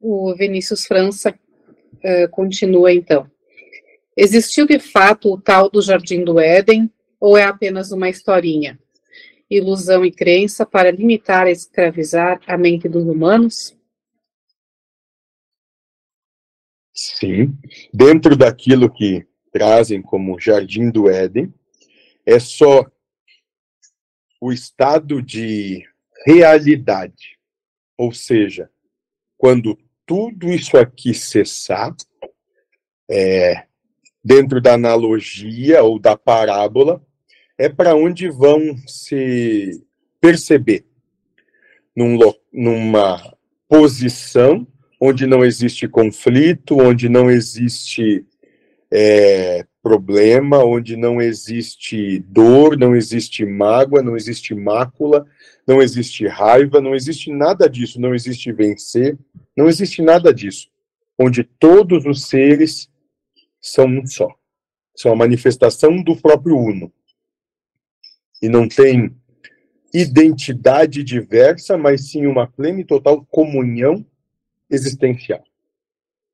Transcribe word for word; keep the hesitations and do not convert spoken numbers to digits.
O Vinícius França uh, continua então. Existiu de fato o tal do Jardim do Éden, ou é apenas uma historinha? Ilusão e crença para limitar e escravizar a mente dos humanos? Sim, dentro daquilo que trazem como Jardim do Éden, é só o estado de realidade, ou seja, quando tudo isso aqui cessar, é, dentro da analogia ou da parábola, é para onde vão se perceber, num, numa posição onde não existe conflito, onde não existe é, problema, onde não existe dor, não existe mágoa, não existe mácula, não existe raiva, não existe nada disso, não existe vencer, não existe nada disso, onde todos os seres são um só, são a manifestação do próprio Uno. E não tem identidade diversa, mas sim uma plena e total comunhão existencial.